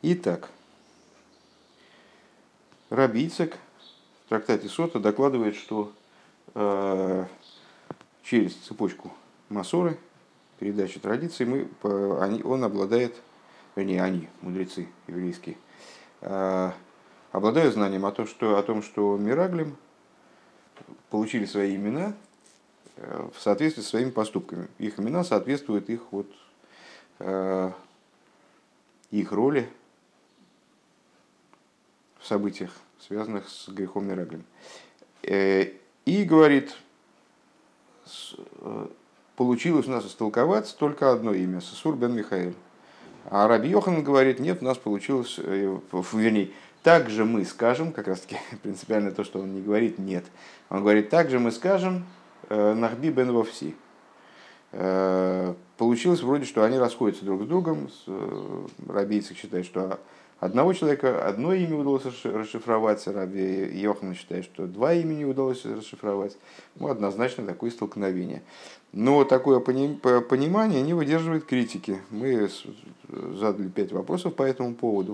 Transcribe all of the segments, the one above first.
Итак, Раби Ицхак в трактате Сота докладывает, что через цепочку Масоры, передачи традиций, он обладает, вернее, они, мудрецы еврейские, обладают знанием о том, что Мираглим получили свои имена в соответствии со своими поступками. Их имена соответствуют их роли в событиях, связанных с грехом Мираглим. И говорит, получилось у нас истолковать только одно имя – Сасур бен Михаэль. А Раби Йохан говорит, нет, у нас получилось, вернее, также мы скажем, как раз таки принципиально то, что он не говорит нет. Он говорит, также мы скажем Нахби бен Вовси. Получилось вроде, что они расходятся друг с другом. Раби Ицхак считает, что одного человека одно имя удалось расшифровать, Раби Йохан считает, что два имени удалось расшифровать. Однозначно такое столкновение. Но такое понимание не выдерживает критики. Мы задали 5 вопросов по этому поводу.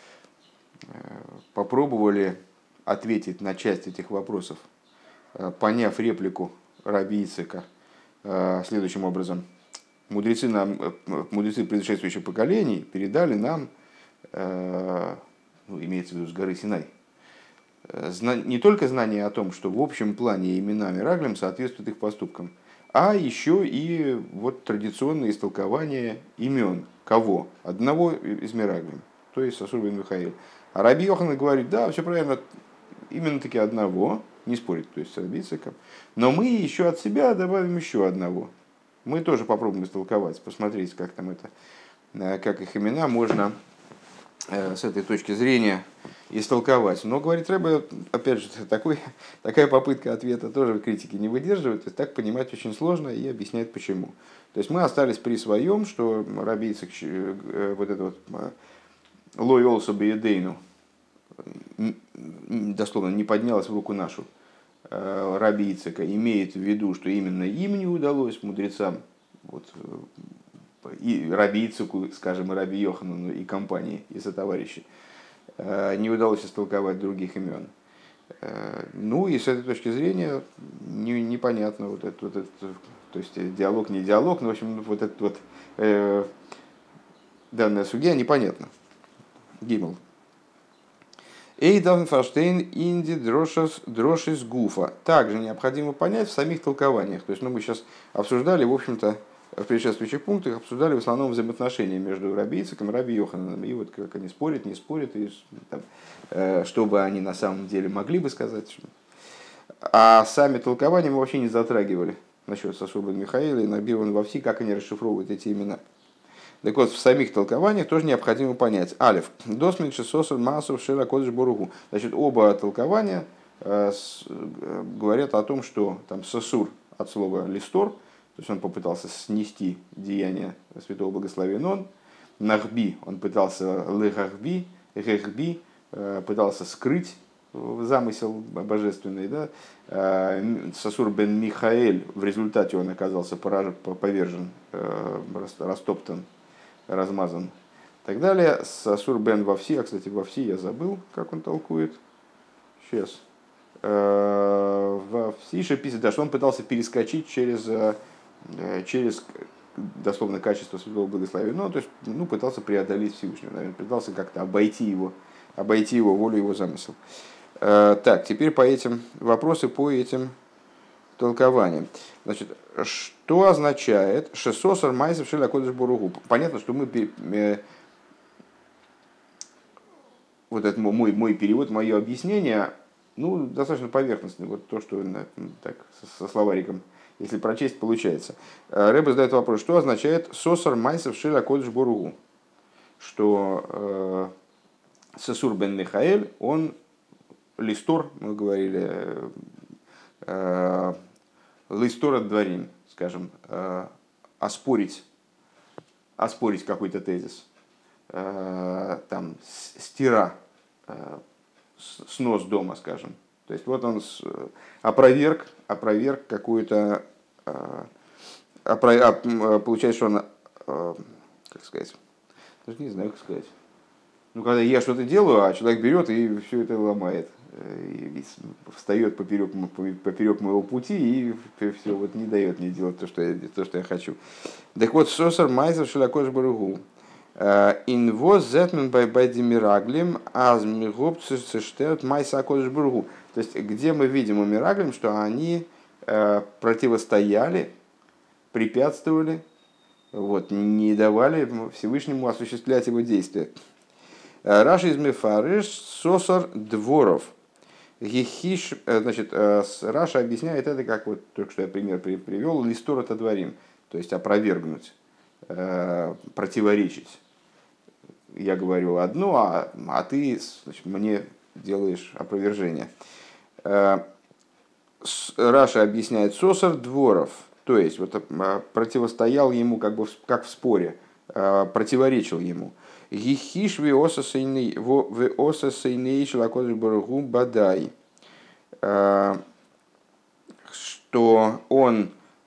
Попробовали ответить на часть этих вопросов, поняв реплику Раби Ицхака следующим образом. Мудрецы предшествующих поколений передали нам, имеется в виду с горы Синай, не только знание о том, что в общем плане имена Мираглим соответствуют их поступкам, а еще и традиционное истолкование имен. Кого? Одного из Мираглим, то есть Сасур бен Михаэль. А Раби Йохан говорит, да, все правильно, именно таки одного, не спорит, то есть с Раби Ицхаком, но мы еще от себя добавим еще одного. Мы тоже попробуем истолковать, посмотреть, как там это, как их имена можно с этой точки зрения истолковать. Но, говорит Рэбе, опять же, такая попытка ответа тоже критики не выдерживает. То есть так понимать очень сложно, и объясняет почему. То есть мы остались при своем, что Раби Ицхак, лой олсо беедейну, дословно не поднялась в руку нашу, Раби Ицхака, имеет в виду, что именно им не удалось, мудрецам, и Раби Ицхаку, скажем, и Раби Йоханану, и компании, и сотоварищи, не удалось истолковать других имен. Ну и с этой точки зрения непонятно то есть диалог, не диалог, но в общем данная судья непонятна. Гимл. Эйдавн фаштейн инди дрошис гуфа. Также необходимо понять в самих толкованиях. То есть мы сейчас обсуждали, в общем-то, в предшествующих пунктах обсуждали в основном взаимоотношения между Раби Ицхаком и Раби Йохананом. И как они спорят, не спорят, и что бы они на самом деле могли бы сказать. А сами толкования мы вообще не затрагивали насчет Сасур бен Михаэля и Нахби бен Вовси, как они расшифровывают эти имена. Так вот, в самих толкованиях тоже необходимо понять. Алиф. Досминши сосур массов шира кодыш боругу. Значит, оба толкования говорят о том, что там сосур от слова листор, то есть он попытался снести деяния святого благословения он. Нахби, он пытался лехахби, эхехби, пытался скрыть замысел божественный. Да? Сасур бен Михаэль, в результате он оказался повержен, растоптан, размазан и так далее. Сасур бен Вовси, а кстати Вовси я забыл, как он толкует. Сейчас. Вовси шеписи, да, что он пытался перескочить через дословно качество святого благословения, то есть пытался преодолеть Всевышнего, наверное, пытался как-то обойти его волю, его замысел. Так, теперь вопросы по этим толкованиям. Значит, что означает шесосар майсов шеля кодыш боругу? Понятно, что мы это мой перевод, мое объяснение, достаточно поверхностный. Вот то, что так со словариком, если прочесть, получается. Рэбе задает вопрос, что означает сосар майсов шеля кодыш боругу? Что Сасур бен Михаэль, он листор, мы говорили, листор от дворим, скажем, оспорить какой-то тезис, там, стира, снос дома, скажем. То есть вот он опроверг какую-то, получается, что он, как сказать, даже не знаю, как сказать. Ну, когда я что-то делаю, а человек берет и все это ломает. И встает поперек моего пути и все вот не дает мне делать то, что я хочу. Так вот, сосар майзер шелакош баругу. Инвоз зетмен байдимираглим аз мигопцештет майса кодыш бургу. То есть, где мы видим у мираглим, что они противостояли, препятствовали, вот, не давали Всевышнему осуществлять его действия. Раши из Мефариш сосар дворов. Гехиш, значит, Раша объясняет это, как вот только что я пример привел, листор это дворим, то есть опровергнуть, противоречить. Я говорю одно, а ты, значит, мне делаешь опровержение. Раша объясняет сосар дворов, то есть вот, противостоял ему как бы как в споре, противоречил ему. Гихиш виосасейней шелакодыш бадай, что он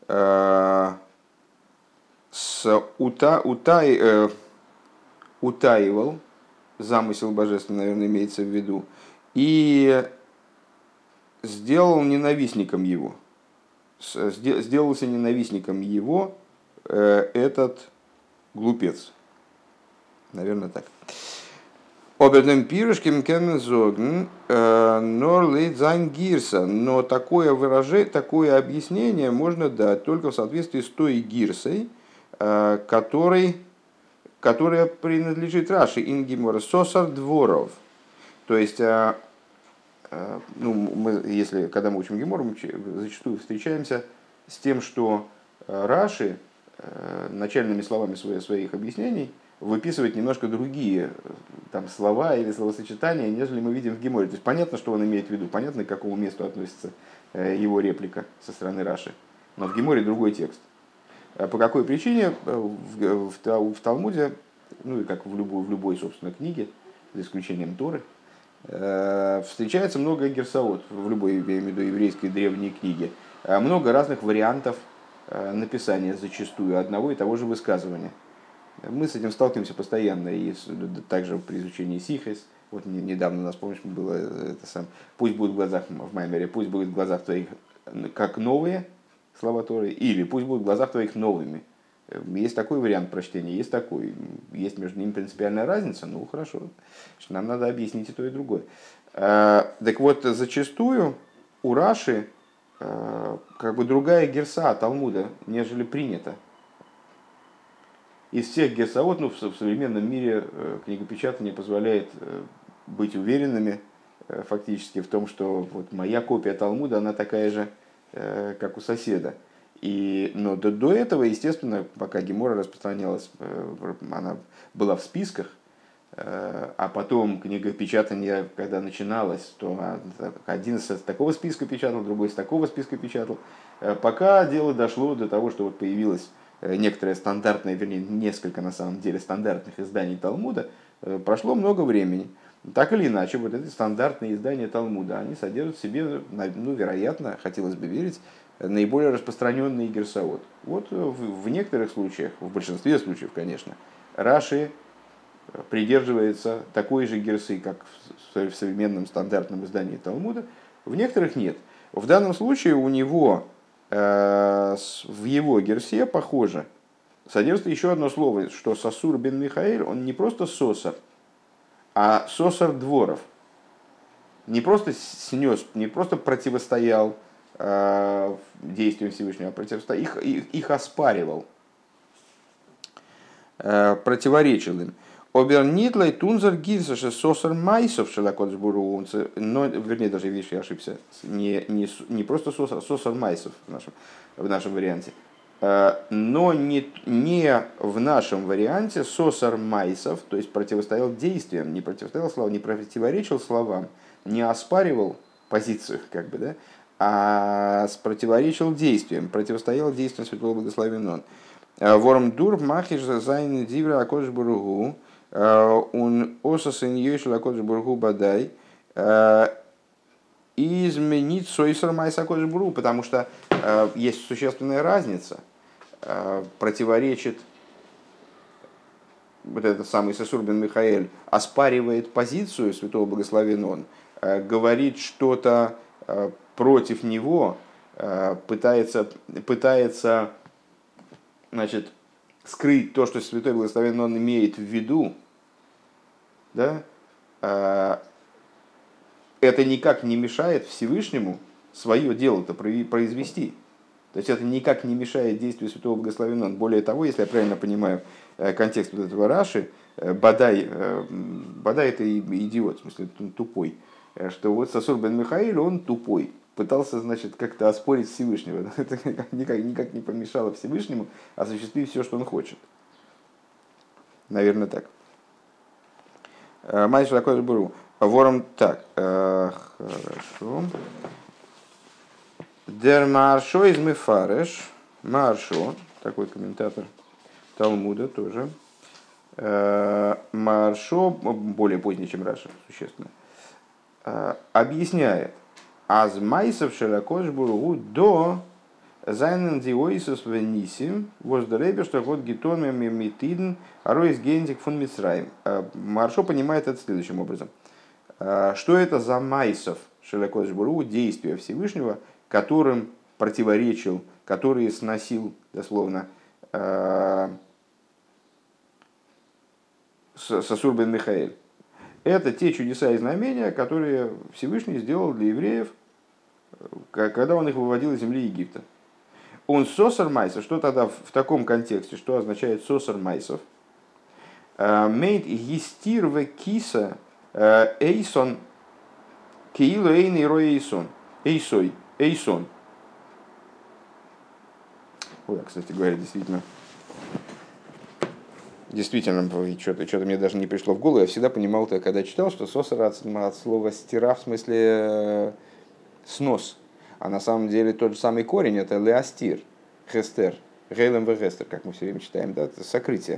утаивал замысел божественный, наверное, имеется в виду, и сделал ненавистником его. Сделался ненавистником его этот глупец. Наверное, так. Обердем пирушким кеннезогн норлит зайн гирса. Но такое выражение, такое объяснение можно дать только в соответствии с той гирсой, которая принадлежит Раши ингимора сосар дворов. То есть, ну, когда мы учим Гемору, мы зачастую встречаемся с тем, что Раши начальными словами своих объяснений выписывает немножко другие там, слова или словосочетания, нежели мы видим в Геморе. То есть понятно, что он имеет в виду, понятно, к какому месту относится его реплика со стороны Раши. Но в Геморе другой текст. По какой причине в Талмуде, ну и как в любой, собственно, книге, за исключением Торы, встречается много герсаот, в любой, я имею в виду, еврейской древней книге, много разных вариантов написания зачастую одного и того же высказывания. Мы с этим сталкиваемся постоянно, и также при изучении Сихес. Вот недавно у нас, помнишь, было это сам. Пусть будет в глазах в Маймере, пусть будет в глазах твоих как новые слова Торы, или пусть будут в глазах твоих новыми. Есть такой вариант прочтения, есть такой. Есть между ними принципиальная разница, ну хорошо. Нам надо объяснить и то, и другое. Так вот, зачастую у Раши как бы другая герса Талмуда, нежели принято. Из всех герсаот, ну, в современном мире книгопечатание позволяет быть уверенными фактически в том, что вот моя копия Талмуда, она такая же, как у соседа. Но до этого, естественно, пока Гемора распространялась, она была в списках, а потом книгопечатание, когда начиналось, то один из такого списка печатал, другой из такого списка печатал, пока дело дошло до того, что вот появилось некоторое стандартное, вернее, несколько на самом деле стандартных изданий Талмуда, прошло много времени. Так или иначе, вот эти стандартные издания Талмуда, они содержат в себе, ну, вероятно, хотелось бы верить, наиболее распространенный герсаот. Вот в некоторых случаях, в большинстве случаев, конечно, Раши придерживается такой же герсы, как в современном стандартном издании Талмуда, в некоторых нет. В данном случае у него в его герсе, похоже, содержится еще одно слово, что Сосур бен Михаэль, он не просто сосар, а сосар дворов. Не просто снес, не просто противостоял действиям Всевышнего, а противостоял, их оспаривал, противоречил им. Обернитлай тунзер гирсаше сосар майсов шелакодсбуру, но, вернее, даже, видишь, я ошибся, не просто сосар, а сосар майсов в нашем варианте. Но не в нашем варианте сосар майсов, то есть противостоял действиям, не противостоял словам, не противоречил словам, не оспаривал позицию, как бы, да, а противоречил действиям, противостоял действиям Святого Благословен Он. Ворм дур махиш зайн дивра акодж буругу, он осасен йошел акодж буругу бадай, и изменить сойсер майс акодж буругу, потому что есть существенная разница. Противоречит вот этот самый Сесур бен Михаэль оспаривает позицию святого благословен он, говорит что-то против него, пытается значит, скрыть то, что святой благословен он имеет в виду, да, это никак не мешает Всевышнему свое дело-то произвести. То есть это никак не мешает действию святого благословенного. Более того, если я правильно понимаю контекст вот этого Раши, Бадай это идиот, в смысле тупой, что вот Сосур бен Михаил, он тупой, пытался, значит, как-то оспорить Всевышнего. Это никак не помешало Всевышнему осуществить все, что он хочет. Наверное, так. Майшер такой беру. Вором так. Хорошо. Дер Маршо из Мефареш. Маршо, такой комментатор Талмуда тоже. Маршо, более поздний, чем Раша, существенно, объясняет. Аз майсов шелакош бургу до зайнен диоисус венисим воздаребе, что год гитон мемитидн аройс гензик фун мицраим. Маршо понимает это следующим образом. Что это за майсов шелакош бургу, действия Всевышнего, которым противоречил, который сносил, дословно, Сосур бен Михаэль. Это те чудеса и знамения, которые Всевышний сделал для евреев, когда он их выводил из земли Египта. Он сосар майсов, что тогда в таком контексте, что означает сосар майсов? Мейд гистир в киса эйсон киилу эйн и рой эйсон. Эйсон. Ой, кстати говоря, действительно, что-то мне даже не пришло в голову. Я всегда понимал, когда читал, что сосар от слова стира, в смысле снос. А на самом деле тот же самый корень — это леастир, хестер, гейлем вегестер, как мы все время читаем, да, это сокрытие.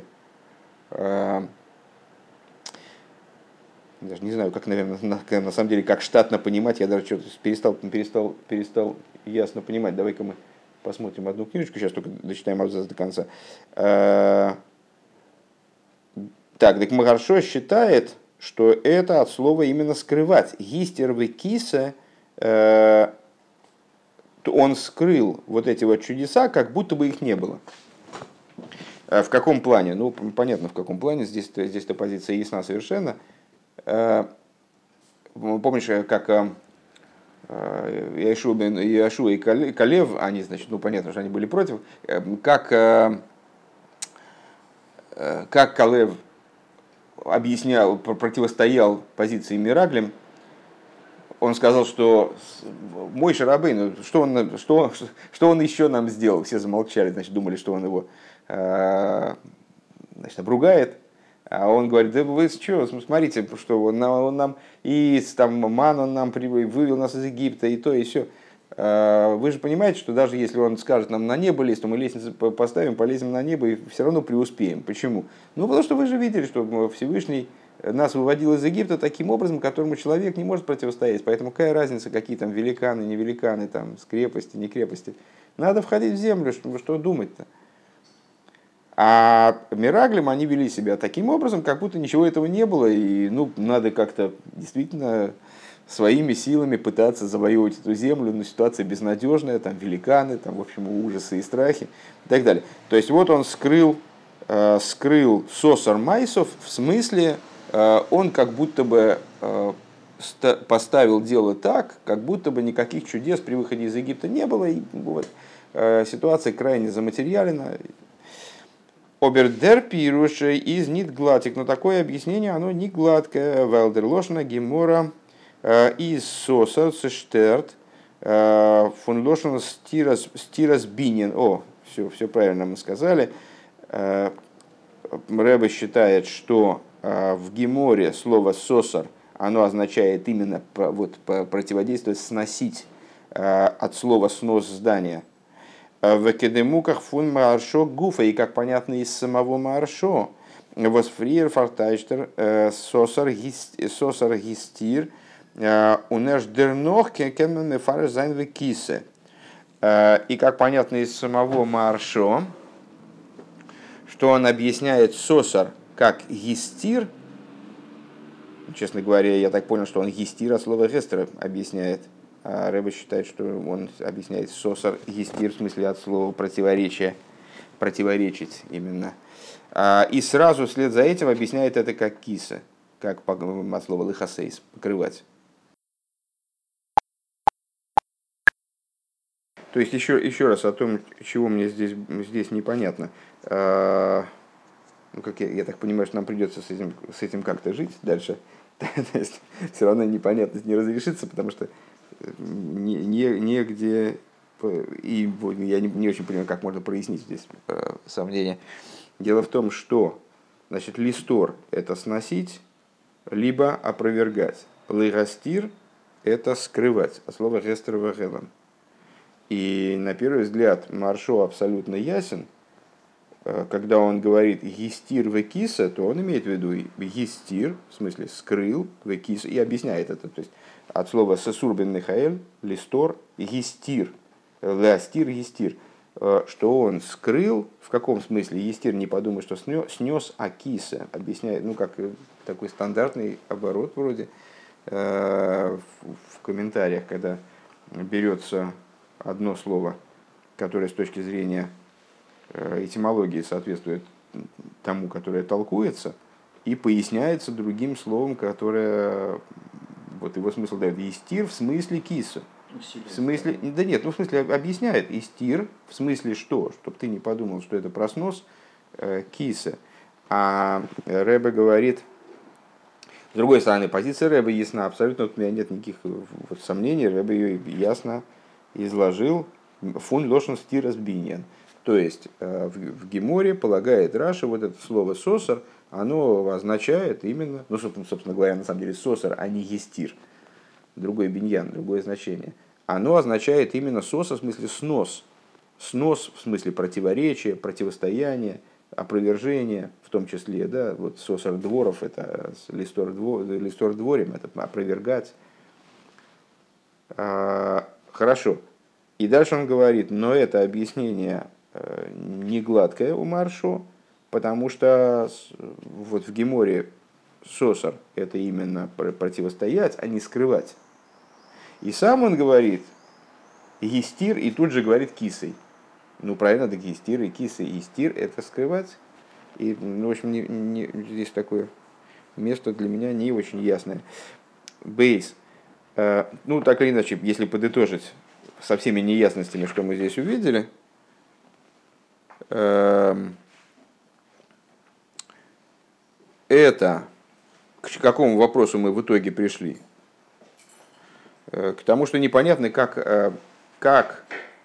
Даже не знаю, как, наверное, на самом деле, как штатно понимать, я даже что-то перестал ясно понимать. Давай-ка мы посмотрим одну книжечку, сейчас только дочитаем абзац до конца. Так Магаршо считает, что это от слова именно скрывать. Гистервы киса, он скрыл вот эти вот чудеса, как будто бы их не было. В каком плане? Ну, понятно, в каком плане. Здесь-то позиция ясна совершенно. Помнишь, как Иошуа и Калев, они, значит, ну, понятно, что они были против, как Калев объяснял, противостоял позиции Мираглим, он сказал, что Мойше Рабейну, что он еще нам сделал? Все замолчали, значит, думали, что он его, значит, обругает. А он говорит: да вы что, смотрите, что он нам и там ман он нам вывел нас из Египта, и то, и все. Вы же понимаете, что даже если он скажет нам на небо лезть, то мы лестницу поставим, полезем на небо и все равно преуспеем. Почему? Ну, потому что вы же видели, что Всевышний нас выводил из Египта таким образом, которому человек не может противостоять. Поэтому какая разница, какие там великаны, не великаны, там, с крепости, не крепости. Надо входить в землю, что думать-то. А Мираглим, они вели себя таким образом, как будто ничего этого не было, и ну, надо как-то действительно своими силами пытаться завоевывать эту землю, но ситуация безнадежная, там великаны, там, в общем, ужасы и страхи и так далее. То есть вот он скрыл сосар майсов, в смысле, он как будто бы поставил дело так, как будто бы никаких чудес при выходе из Египта не было, и вот, ситуация крайне заматериалена. Обердер пируша из нит гладик, но такое объяснение, оно не гладкое. Валдер лошна гемора из соса цештерт фун лошна стирас бинен. О, все правильно мы сказали. Рэбе считает, что в геморе слово сосар, оно означает именно вот, противодействовать, сносить от слова снос здания. В кедемуках фун маршо гуфа, и как понятно из самого маршо, восфриер фартайштер сосар гистир унеш дернох кемен фарш зайн в кисе. И как понятно из самого маршо, что он объясняет сосар как гистир, честно говоря, я так понял, что он гистир от слова гестер объясняет, а Рэбе считает, что он объясняет сосар гистир, в смысле от слова противоречие, противоречить именно. И сразу вслед за этим объясняет это как киса, как от слова лыхасейс, покрывать. То есть еще раз о том, чего мне здесь непонятно. Ну, как я так понимаю, что нам придется с этим как-то жить дальше. То есть все равно непонятность не разрешится, потому что негде, и я не очень понимаю, как можно прояснить здесь сомнение. Дело в том, что значит, листор – это сносить, либо опровергать. Лейгастир – это скрывать, от слова гестер вегелан. И на первый взгляд Маршо абсолютно ясен. Когда он говорит «гистир векиса», то он имеет в виду «гистир», в смысле «скрыл векиса», и объясняет это. То есть от слова «сесур бен Михаэль», «листор», «гистир», «леастир», «гистир», что он скрыл, в каком смысле «гистир», не подумай, что снес, а «киса», объясняет, ну, как такой стандартный оборот вроде в комментариях, когда берется одно слово, которое с точки зрения этимологии соответствует тому, которое толкуется, и поясняется другим словом, которое вот его смысл дает. Истир в смысле киса. В смысле, да нет, ну в смысле объясняет. Истир в смысле что? Чтобы ты не подумал, что это проснос киса. А Рэбе говорит, с другой стороны, позиция Рэбе ясна, абсолютно у меня нет никаких сомнений, Рэбе ее ясно изложил. Фун лошен стирас биньян. То есть в Геморе полагает Раши вот это слово сосар, оно означает именно, ну, собственно говоря, на самом деле сосар, а не гестир, другой биньян, другое значение. Оно означает именно сосар, в смысле снос. Снос в смысле противоречия, противостояния, опровержения, в том числе, да, вот сосар дворов, это листор дворем, это опровергать. Хорошо. И дальше он говорит, но это объяснение не гладкое у Маршо, потому что вот в Геморе сосар – это именно противостоять, а не скрывать. И сам он говорит гистир, и тут же говорит кисой. Ну, правильно, это гистир и кисы. Гистир – это скрывать. И, ну, в общем, здесь такое место для меня не очень ясное. Бейс. Ну, так или иначе, если подытожить со всеми неясностями, что мы здесь увидели, это к какому вопросу мы в итоге пришли? К тому, что непонятно, как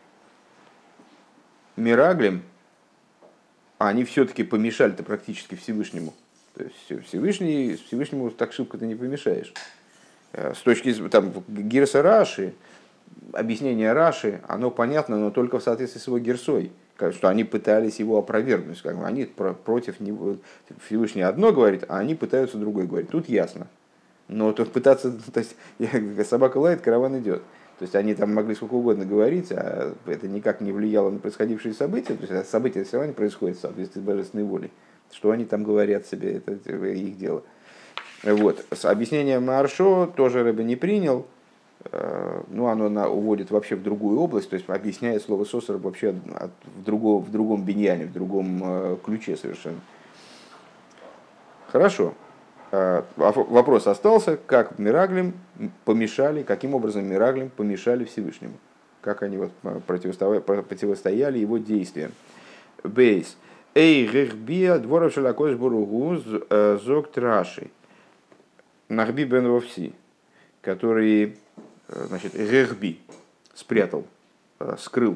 Мираглим, они все-таки помешали-то практически Всевышнему. То есть Всевышнему так шибко ты не помешаешь. С точки зрения Гирса Раши, объяснение Раши, оно понятно, но только в соответствии с его гирсой. Что они пытались его опровергнуть. Они против него. Всевышний одно говорит, а они пытаются другое говорить. Тут ясно. Но то пытаться, то есть, собака лает, караван идет. То есть они там могли сколько угодно говорить, а это никак не влияло на происходившие события. То есть события все равно происходят в соответствии с божественной волей. Что они там говорят себе, это их дело. Вот. С объяснением Маршо тоже Рэбе не принял. Ну, оно уводит вообще в другую область, то есть объясняет слово сосар вообще в другом биньяне, в другом ключе совершенно. Хорошо. Вопрос остался, как Мираглим помешали, каким образом Мираглим помешали Всевышнему, как они вот противостояли его действиям. Бейс. Эй, гехбия, дворов шелакош буругу, зог траши. Нахби бен вовси, который, значит, гехби, спрятал, скрыл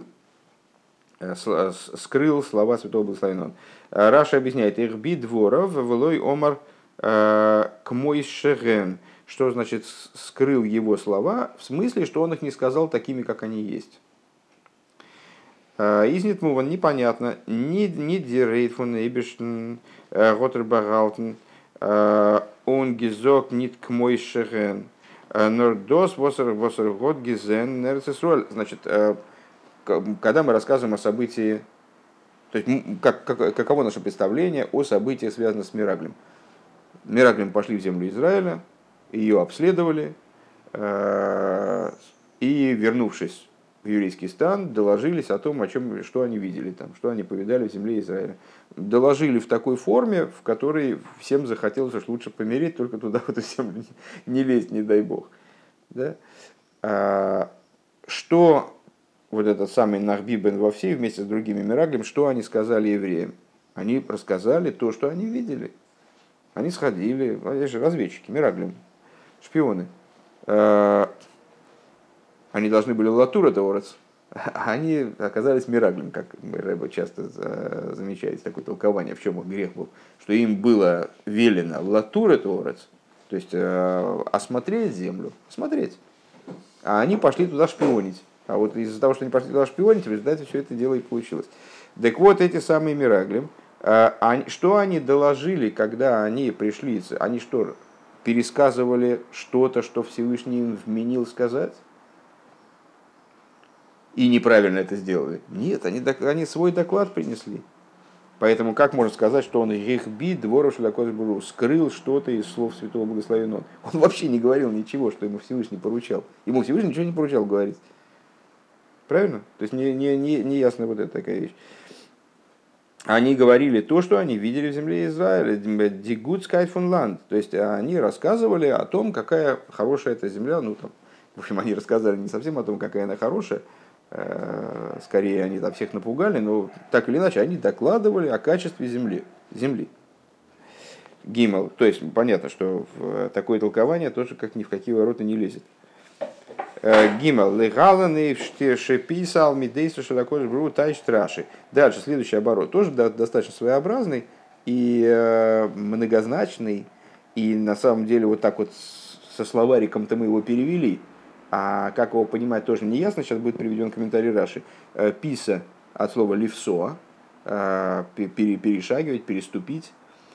слова святого благословенного. Раша объясняет, гехби дворов, велой омар к мой шеген. Что значит скрыл его слова? В смысле, что он их не сказал такими, как они есть. Изнит муван непонятно. Ни дирейт фон эйбештен, готербагаутен, он гизок нит к мой шеген. Нордос восер год гизен нерцесроль. Значит, когда мы рассказываем о событии, То есть, каково наше представление о событиях, связанных с Мираглем? Мираглем пошли в землю Израиля, ее обследовали, и, вернувшись в еврейский стан, доложились о том, что они видели там, что они повидали в земле Израиля. Доложили в такой форме, в которой всем захотелось уж лучше помереть, только туда, в эту землю, не лезть, не дай бог. Да? Что вот этот самый Нахби бен Вовсей вместе с другими Мираглем, что они сказали евреям? Они рассказали то, что они видели. Они сходили, они же разведчики, Мираглем, шпионы. Они должны были латура Торец, а они оказались Мираглем, как Рэбе часто замечает такое толкование, в чем их грех был, что им было велено латура Торец, то есть осмотреть землю, смотреть, а они пошли туда шпионить. А вот из-за того, что они пошли туда шпионить, в результате все это дело и получилось. Так вот, эти самые Мираглем, что они доложили, когда они пришли, они что, пересказывали что-то, что Всевышний им вменил сказать? И неправильно это сделали. Нет, они свой доклад принесли. Поэтому как можно сказать, что он Рехби, Дворов Шелакодж-Буру, скрыл что-то из слов Святого Благословенного? Он вообще не говорил ничего, что ему Всевышний поручал. Ему Всевышний ничего не поручал говорить. Правильно? То есть не ясна вот эта такая вещь. Они говорили то, что они видели в земле Израиля, Дигутскай фон Ланд. То есть они рассказывали о том, какая хорошая эта земля. Ну, там, в общем, они рассказали не совсем о том, какая она хорошая. Скорее, они там всех напугали, но так или иначе, они докладывали о качестве земли. Гимел. То есть, понятно, что в такое толкование тоже как ни в какие ворота не лезет. Гимел. Легаланы шеписал мидейсу шалакош бру тайш траши. Дальше, следующий оборот. Тоже достаточно своеобразный и многозначный. И на самом деле вот так вот со словариком-то мы его перевели. А как его понимать, тоже не ясно. Сейчас будет приведен комментарий Раши. Писа от слова ливсоа, перешагивать, переступить.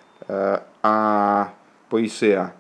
А поисеа.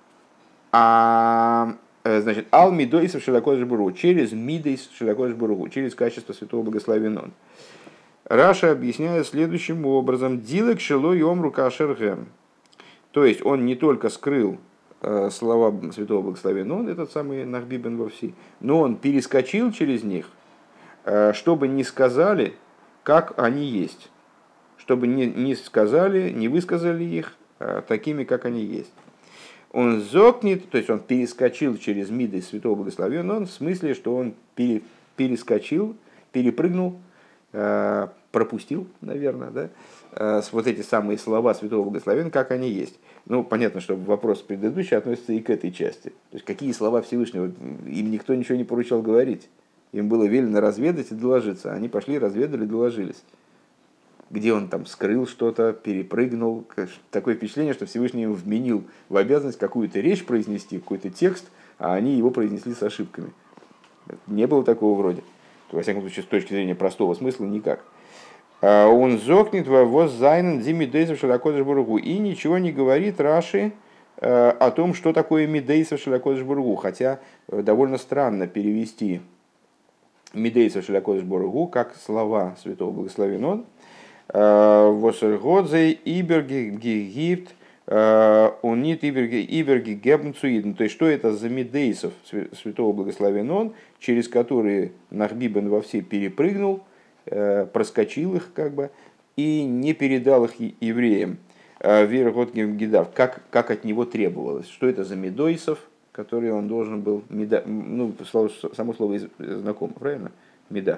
Значит, ал мидойсов шелакодж буру, через мидейс шелакодж буру, через качество святого благословен он. Раша объясняет следующим образом: дилек шело йом рука шергем. То есть он не только скрыл слова святого благословенного, он этот самый Нахби бен Вовси, но он перескочил через них, чтобы не сказали, как они есть, чтобы не сказали, не высказали их такими, как они есть. Он зокнет, то есть он перескочил через миды святого благословенного, он в смысле, что он перескочил, перепрыгнул, пропустил, наверное, да, вот эти самые слова святого благословенного, как они есть. Ну, понятно, что вопрос предыдущий относится и к этой части. То есть, какие слова Всевышнего, им никто ничего не поручал говорить. Им было велено разведать и доложиться. Они пошли, разведали, доложились. Где он там скрыл что-то, перепрыгнул. Такое впечатление, что Всевышний им вменил в обязанность какую-то речь произнести, какой-то текст, а они его произнесли с ошибками. Не было такого вроде. Во всяком случае, с точки зрения простого смысла, никак. Он зокнет воз зайнен димидейсов шалакодыш бургу. И ничего не говорит Раши о том, что такое мидейсов шалакодыш бургу. Хотя довольно странно перевести мидейсов шалакодыш бургу как слова святого благословен он. Восергодзе иберги гигипт унит иберги гебнцуидн. То есть, что это за мидейсов святого благословен он, через которые Нахби бен Вовсей перепрыгнул, проскочил их как бы и не передал их евреям. Вергот Гидав, как от него требовалось. Что это за медойсов, которые он должен был... Ну, само слово знакомо, правильно? Меда.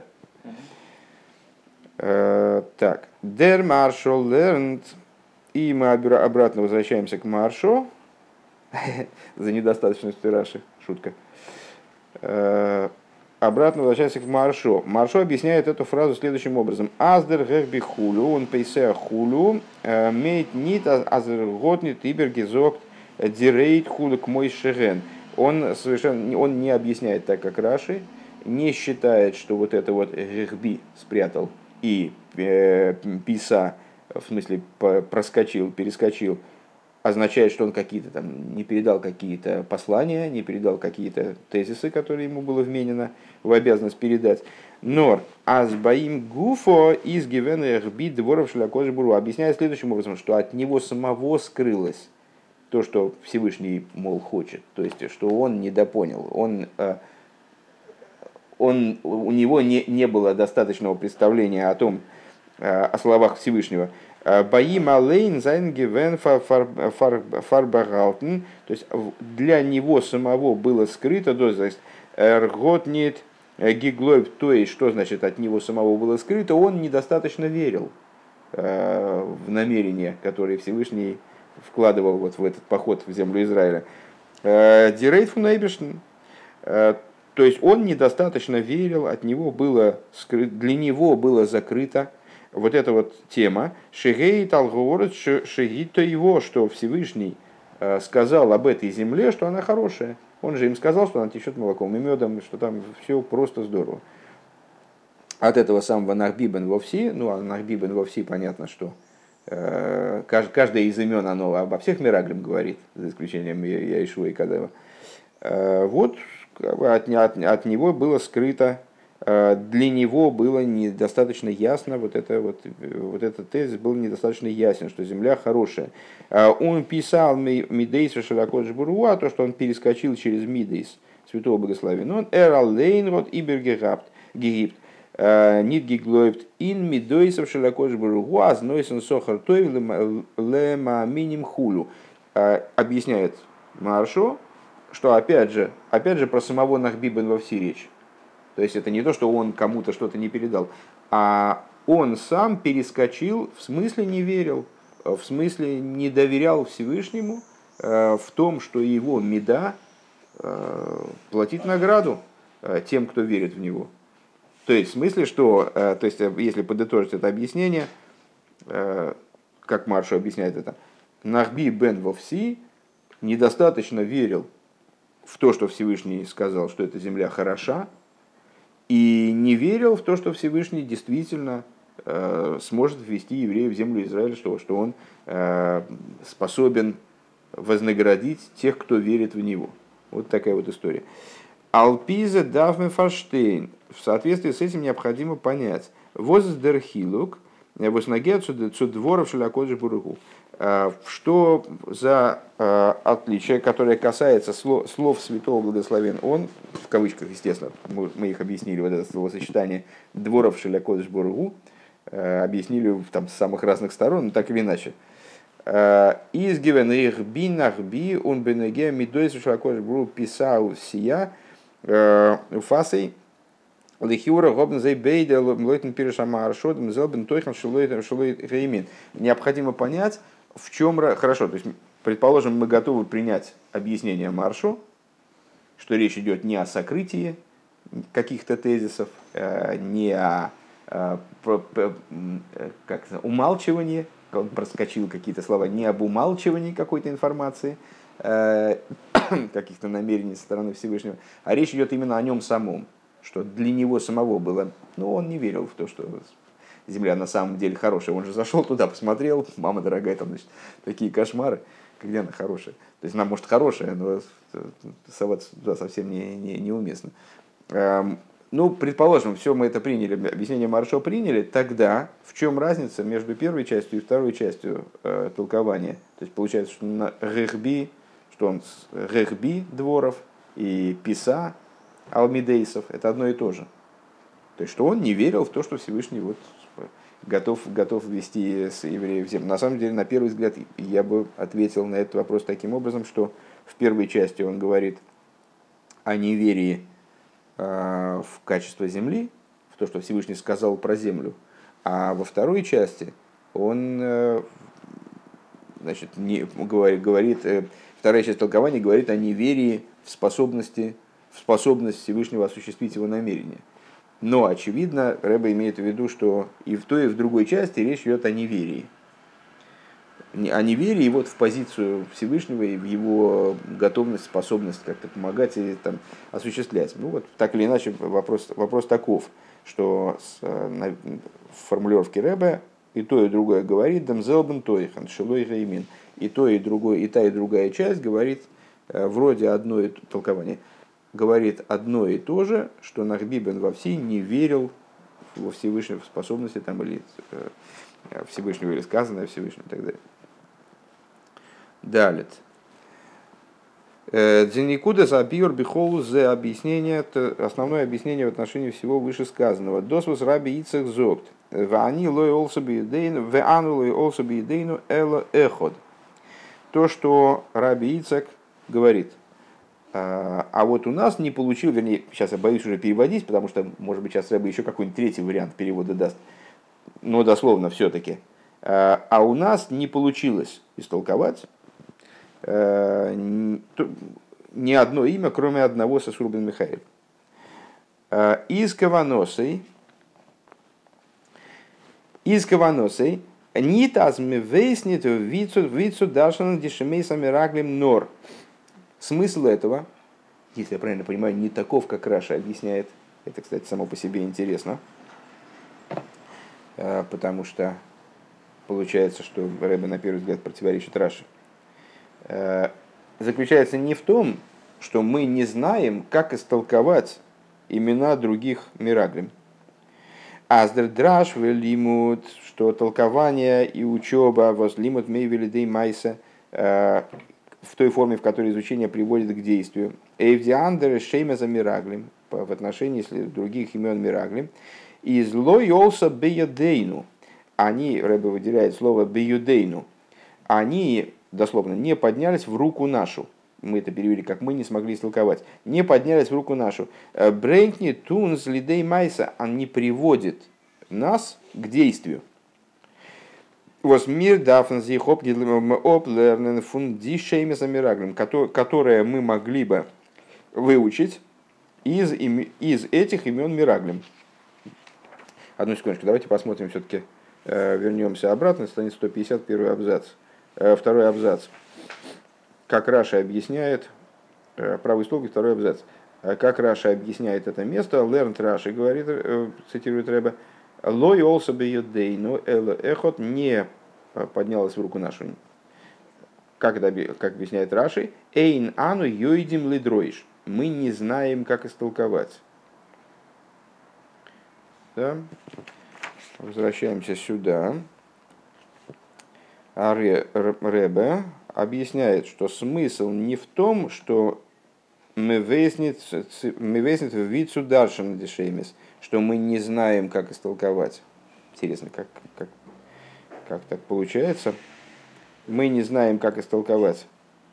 Так. Der Marshall learned. И мы обратно возвращаемся к Маршо. За недостаточностью Раши. Шутка. Обратно возвращаемся к Маршо. Маршо объясняет эту фразу следующим образом. Аздер герби хулю, он пейсе хулю, мейт нит аздер готнит ибергизок дирейт хулю к мой шеген. Он совершенно он не объясняет так, как Раши, не считает, что вот это вот герби спрятал и писа, в смысле проскочил, перескочил, означает, что он какие-то там не передал какие-то послания, не передал какие-то тезисы, которые ему было вменено в обязанность передать. Нор азбаим гуфо из гивенных бит дворов шлякожбуру объясняет следующим образом, что от него самого скрылось то, что Всевышний, мол, хочет, то есть, что он недопонял, у него не было достаточного представления о том, о словах Всевышнего. Баим алейн зайнгевен фарбагаутен, то есть для него самого было скрыто, то есть рготнит гиглойб, то есть что значит от него самого было скрыто, он недостаточно верил в намерения, которые Всевышний вкладывал вот в этот поход в землю Израиля. Дирейт фунайбешн, то есть он недостаточно верил, от него было для него было закрыто вот эта вот тема Шигей Талгород Шигито его, что Всевышний сказал об этой земле, что она хорошая. Он же им сказал, что она течет молоком и медом, что там все просто здорово. От этого самого Нахбибен Вовси, ну а Нахбибен Вовси понятно, что каждое из имен оно обо всех Мираглем говорит, за исключением Яишуа и Кадева. Вот от него было скрыто, для него было недостаточно ясно, вот этот тезис был недостаточно ясен, что земля хорошая. Он писал Мидейс Широкодж Буруа, то, что он перескочил через Мидейс, святого благословения. Он Эрал Лейнрод Ибергегапт, Египт. Нит гиглойбт ин Мидейсов Широкодж Буруа, знойсен сохар той лема миним хулю. Объясняет Маршо, что опять же про самого Нахбибен во всей речь. То есть это не то, что он кому-то что-то не передал, а он сам перескочил, в смысле не верил, в смысле не доверял Всевышнему в том, что его меда платит награду тем, кто верит в него. То есть в смысле, что, то есть если подытожить это объяснение, как Маршо объясняет это, Нахби бен Вовси недостаточно верил в то, что Всевышний сказал, что эта земля хороша, и не верил в то, что Всевышний действительно сможет ввести евреев в землю Израиля, что он способен вознаградить тех, кто верит в него. Вот такая вот история. Алпиза давме фаштейн. В соответствии с этим необходимо понять. Воздерхилук, вознагет цудворов шелякоджи бургу. Что за отличие, которое касается слов святого благословен он, в кавычках, естественно, мы их объяснили, вот это словосочетание дворов шелякодыш бургу, объяснили там с самых разных сторон, но так или иначе. Изгивен их би нахби он бенеге мидойс шелякодыш бургу писал сия уфасей лихиура гобнзей бейдел млойтен пиришама аршодом зелбен тойхан шилой реймин. Необходимо понять, в чем... Хорошо, то есть, предположим, мы готовы принять объяснение Маршу, что речь идет не о сокрытии каких-то тезисов, не о умалчивании, он проскочил какие-то слова, не об умалчивании какой-то информации, каких-то намерений со стороны Всевышнего, а речь идет именно о нем самом, что для него самого было... Ну, он не верил в то, что... Земля на самом деле хорошая. Он же зашел туда, посмотрел, мама дорогая, там, значит, такие кошмары, где она хорошая. То есть она, может, хорошая, но соваться туда совсем неуместно. Ну, предположим, все мы это приняли, объяснение Маршо приняли, тогда в чем разница между первой частью и второй частью толкования? То есть получается, что на Рехби, что он Рехби дворов и Писа Алмидейсов, это одно и то же. То есть, что он не верил в то, что Всевышний вот готов ввести с евреев в землю. На самом деле, на первый взгляд, я бы ответил на этот вопрос таким образом, что в первой части он говорит о неверии в качество земли, в то, что Всевышний сказал про землю, а во второй части он говорит, вторая часть толкования говорит о неверии в способность Всевышнего осуществить его намерение. Но, очевидно, Рэбе имеет в виду, что и в той, и в другой части речь идет о неверии. О неверии вот в позицию Всевышнего и в его готовность, способность как-то помогать и там, осуществлять. Ну вот, так или иначе, вопрос таков, что в формулировке Рэбе и то, и другое говорит «Дамзелбен тойхан, шилой геймин». и то, и другое, и та, и другая часть говорит вроде одно и толкование. Говорит одно и то же, что Нахби бен Вовси не верил во Всевышнего, в способности там, или Всевышнего, или сказанное Всевышнего и так далее. Далее. Дзеникуда забьер бихолу за объяснение, основное объяснение в отношении всего вышесказанного. Досвус раби Ицек зогт. Вани лой олсо биедейну, веану лой олсо биедейну эло эход. То, что раби Ицек говорит. А вот у нас не получил, вернее, сейчас я боюсь уже переводить, потому что, может быть, сейчас Рэбе еще какой-нибудь третий вариант перевода даст, но дословно все-таки. А у нас не получилось истолковать ни одно имя, кроме одного Сосур бен Михаэль. Из Каваносой, нитаз ми вейснит вицу дашан дешемейсами раглим нор. Смысл этого, если я правильно понимаю, не таков, как Раша объясняет. Это, кстати, само по себе интересно. Потому что получается, что Рэбе на первый взгляд противоречит Раши. Заключается не в том, что мы не знаем, как истолковать имена других мираглим. Аздердраш велимут, что толкование и учеба возлимут мейвелидей майса в той форме, в которой изучение приводит к действию. Эйвдиандер шейма за мираглим в отношении других имен мираглим. И зло йолса беюдейну. Они, Рэбе выделяет слово беюдейну, они, дословно, не поднялись в руку нашу. Мы это перевели, как мы не смогли истолковать. Не поднялись в руку нашу. Брейнкни тунс лидей майса, он не приводит нас к действию. Мир дафнзи оплернен фунди шеймеса мираглим, которое мы могли бы выучить из этих имен мираглим. Одну секундочку, давайте посмотрим все-таки, вернемся обратно, страница 150, первый абзац, второй абзац. Как Раша объясняет, правый столбик, второй абзац. Как Раша объясняет это место, Лернт Раши говорит, цитирует Рэбе, Лой олса беюдейну эло эхот не поднялась в руку нашу. Как объясняет Раши, эйн ану йойдим лидроиш. Мы не знаем, как истолковать. Да? Возвращаемся сюда. Рэбе объясняет, что смысл не в том, что мы выяснит в вицу даршан дешемис, что мы не знаем, как истолковать. Интересно, как так получается? Мы не знаем, как истолковать.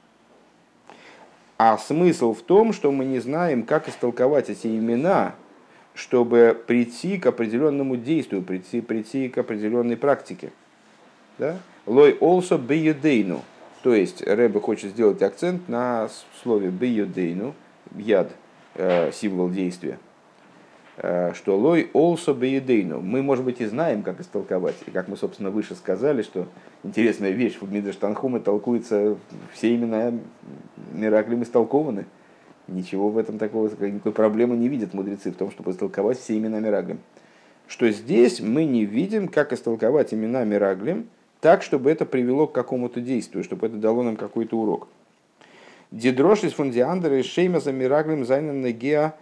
А смысл в том, что мы не знаем, как истолковать эти имена, чтобы прийти к определенному действию, прийти к определенной практике. Да? Лой олсо беюдейну. То есть Рэбе хочет сделать акцент на слове беюдейну, яд, символ действия. Что лой олсо беюдейну. Мы, может быть, и знаем, как истолковать. И как мы, собственно, выше сказали, что интересная вещь, в Мидраш Танхуме толкуется, все имена мираклим истолкованы. Ничего в этом такого, никакой проблемы не видят мудрецы в том, чтобы истолковать все имена мираглим. Что здесь мы не видим, как истолковать имена мираглим так, чтобы это привело к какому-то действию, чтобы это дало нам какой-то урок. Дидрош из фундиандера из шейма за мираглим зайнен негеа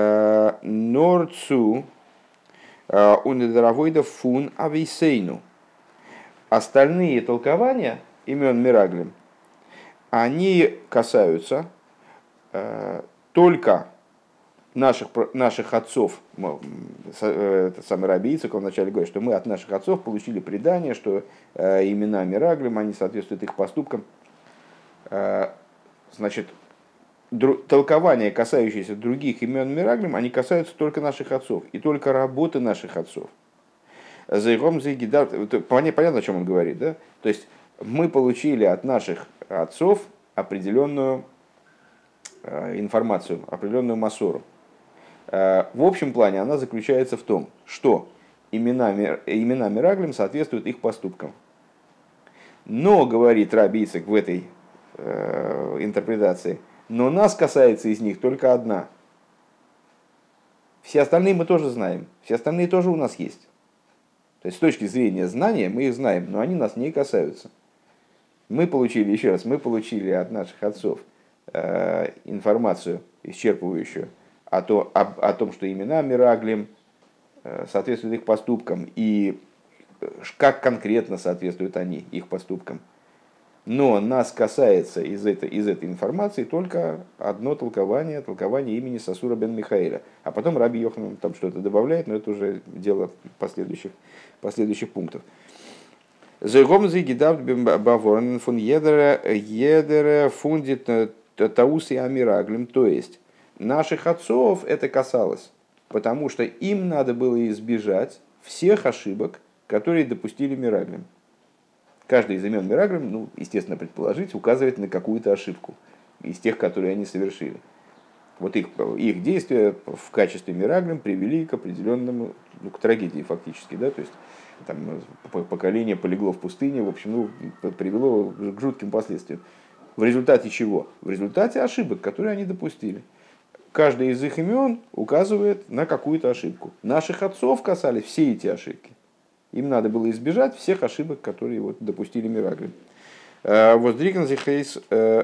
норцу унедоровойда фун авейсейну. Остальные толкования имен мираглим, они касаются только наших отцов. Это самый раби Ицек, он вначале говорит, что мы от наших отцов получили предание, что имена мираглим, они соответствуют их поступкам. Значит, толкования, касающиеся других имен мираглим, они касаются только наших отцов и только работы наших отцов. Понятно, о чем он говорит, да? То есть мы получили от наших отцов определенную информацию, определенную массору. В общем плане она заключается в том, что имена мираглим соответствуют их поступкам. Но, говорит раби Ицек в этой интерпретации, но нас касается из них только одна. Все остальные мы тоже знаем, все остальные тоже у нас есть. То есть с точки зрения знания мы их знаем, но они нас не касаются. Мы получили, еще раз, мы получили от наших отцов информацию исчерпывающую о том, что имена Мираглим соответствуют их поступкам и как конкретно соответствуют они их поступкам. Но нас касается из этой информации только одно толкование имени Сасура бен Михаэля. А потом Раби Йоханан там что-то добавляет, но это уже дело последующих пунктов. Зайгомзи гидавт бен баворн фун едере фундит тауси амираглим. То есть наших отцов это касалось, потому что им надо было избежать всех ошибок, которые допустили Мираглим. Каждый из имен Мираглим, естественно, предположить, указывает на какую-то ошибку из тех, которые они совершили. Вот их действия в качестве Мираглим привели к определенному, к трагедии фактически, да, то есть там поколение полегло в пустыне, в общем, привело к жутким последствиям. В результате чего? В результате ошибок, которые они допустили. Каждый из их имен указывает на какую-то ошибку. Наших отцов касались все эти ошибки. Им надо было избежать всех ошибок, которые допустили Мираглим. Воздрикан зихейс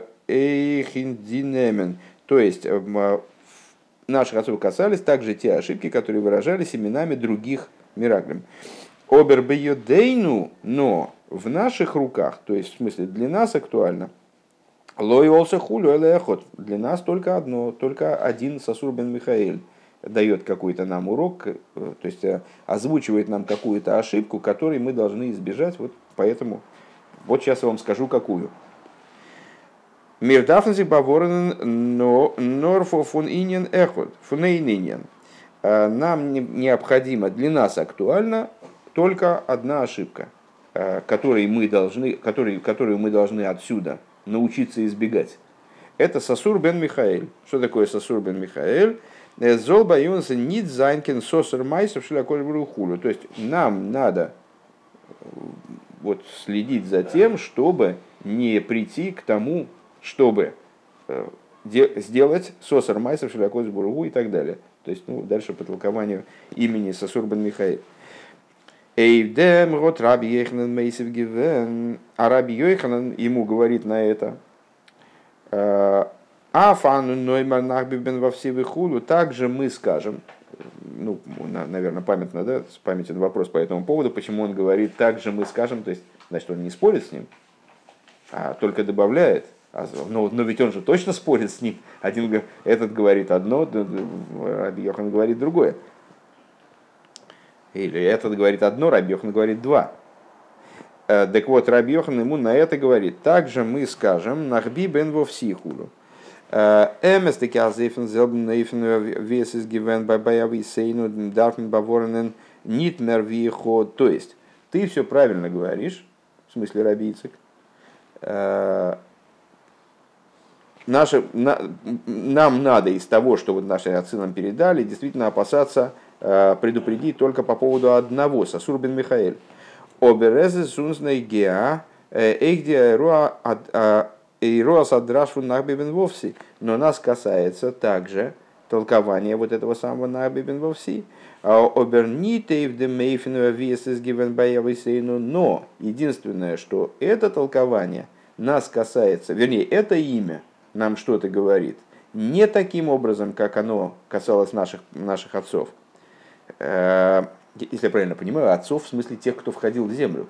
эйхиндинемен. То есть наших отцов касались также те ошибки, которые выражались именами других Мираглим. Обербейодейну, но в наших руках, то есть в смысле для нас актуально, лой олса хулю элэхот, для нас только один Сасур бен Михаэль дает какой-то нам урок, то есть озвучивает нам какую-то ошибку, которой мы должны избежать. Вот поэтому вот сейчас я вам скажу какую. Мирдафнзи баворен норфо фун иньен эхот фунейниньен. Нам необходимо, для нас актуальна только одна ошибка, которую мы должны отсюда научиться избегать. Это Сасур бен Михаэль. Что такое Сасур бен Михаэль? Золба юнса нит зайнкен сосер майсов шляколь брухулю. То есть нам надо следить за тем, чтобы не прийти к тому, чтобы сделать сосер майсов шляколь бруху и так далее. То есть дальше по толкованию имени Сасур бен Михаэль. Эйвдем рот Раби Йоханан мейсев гивен. А Раби Йоханан ему говорит на это. Афану ноймар нахбибен во все выхулу. Также мы скажем, наверное, памятно, да, с памяти на вопрос по этому поводу, почему он говорит, также мы скажем, то есть, значит, он не спорит с ним, а только добавляет. Но ведь он же точно спорит с ним. Этот говорит одно, Раби Йохан говорит другое. Или этот говорит одно, Раби Йохан говорит два. Так вот, Раби Йохан ему на это говорит, также мы скажем, нахби бен во всихулу. Эместеки азефен зелбен нейфен весис гивен бабаяви сейну дарфен баворнен нит мервихо. То есть, ты все правильно говоришь, в смысле Раби Ицек. Нам надо из того, что вот наши отцы нам передали, действительно опасаться, предупредить только по поводу одного, Сасур бен Михаэль. Оберезе сунсней геа эйгдия эйроа садрашфу нахбибен вовси. Но нас касается также толкования вот этого самого нахбибен вовси. Обернитейв де мейфену весес гивен баявый сейну. Но единственное, что это толкование нас касается, вернее, это имя нам что-то говорит, не таким образом, как оно касалось наших отцов. Если я правильно понимаю, отцов в смысле тех, кто входил в землю.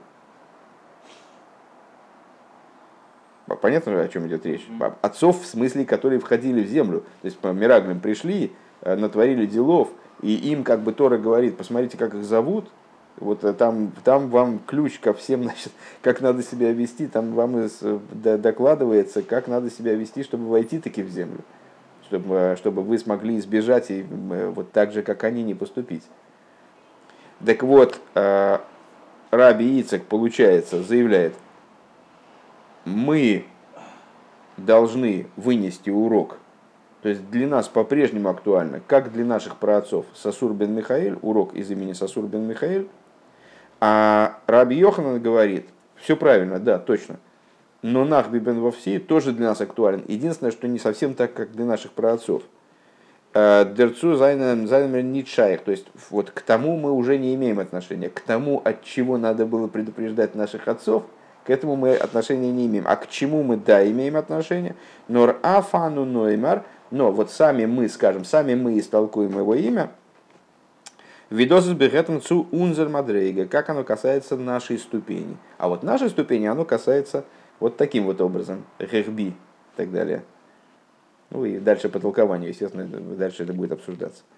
Понятно, о чем идет речь? Отцов в смысле, которые входили в землю. То есть по Мираглим пришли, натворили делов, и им как бы Тора говорит, посмотрите, как их зовут, вот там вам ключ ко всем, значит, как надо себя вести, там вам докладывается, как надо себя вести, чтобы войти таки в землю, чтобы вы смогли избежать и вот так же, как они, не поступить. Так вот, Раби Ицек, получается, заявляет, мы должны вынести урок, то есть для нас по-прежнему актуально, как для наших праотцов Сасур бен Михаэль, урок из имени Сасур бен Михаэль, а Раби Йоханан говорит, все правильно, да, точно, но Нахби бен Вовси тоже для нас актуален. Единственное, что не совсем так, как для наших праотцов. Дерцу зайнер нитшаих, то есть вот к тому мы уже не имеем отношения, к тому, от чего надо было предупреждать наших отцов, к этому мы отношения не имеем. А к чему мы, да, имеем отношение? Нор афану ноймар, но вот сами мы, скажем, сами мы истолкуем его имя, видосус бегетом цу унзер мадрейга, как оно касается нашей ступени. А вот нашей ступени оно касается вот таким вот образом, рехби и так далее. Ну и дальше по толкованию, естественно, дальше это будет обсуждаться.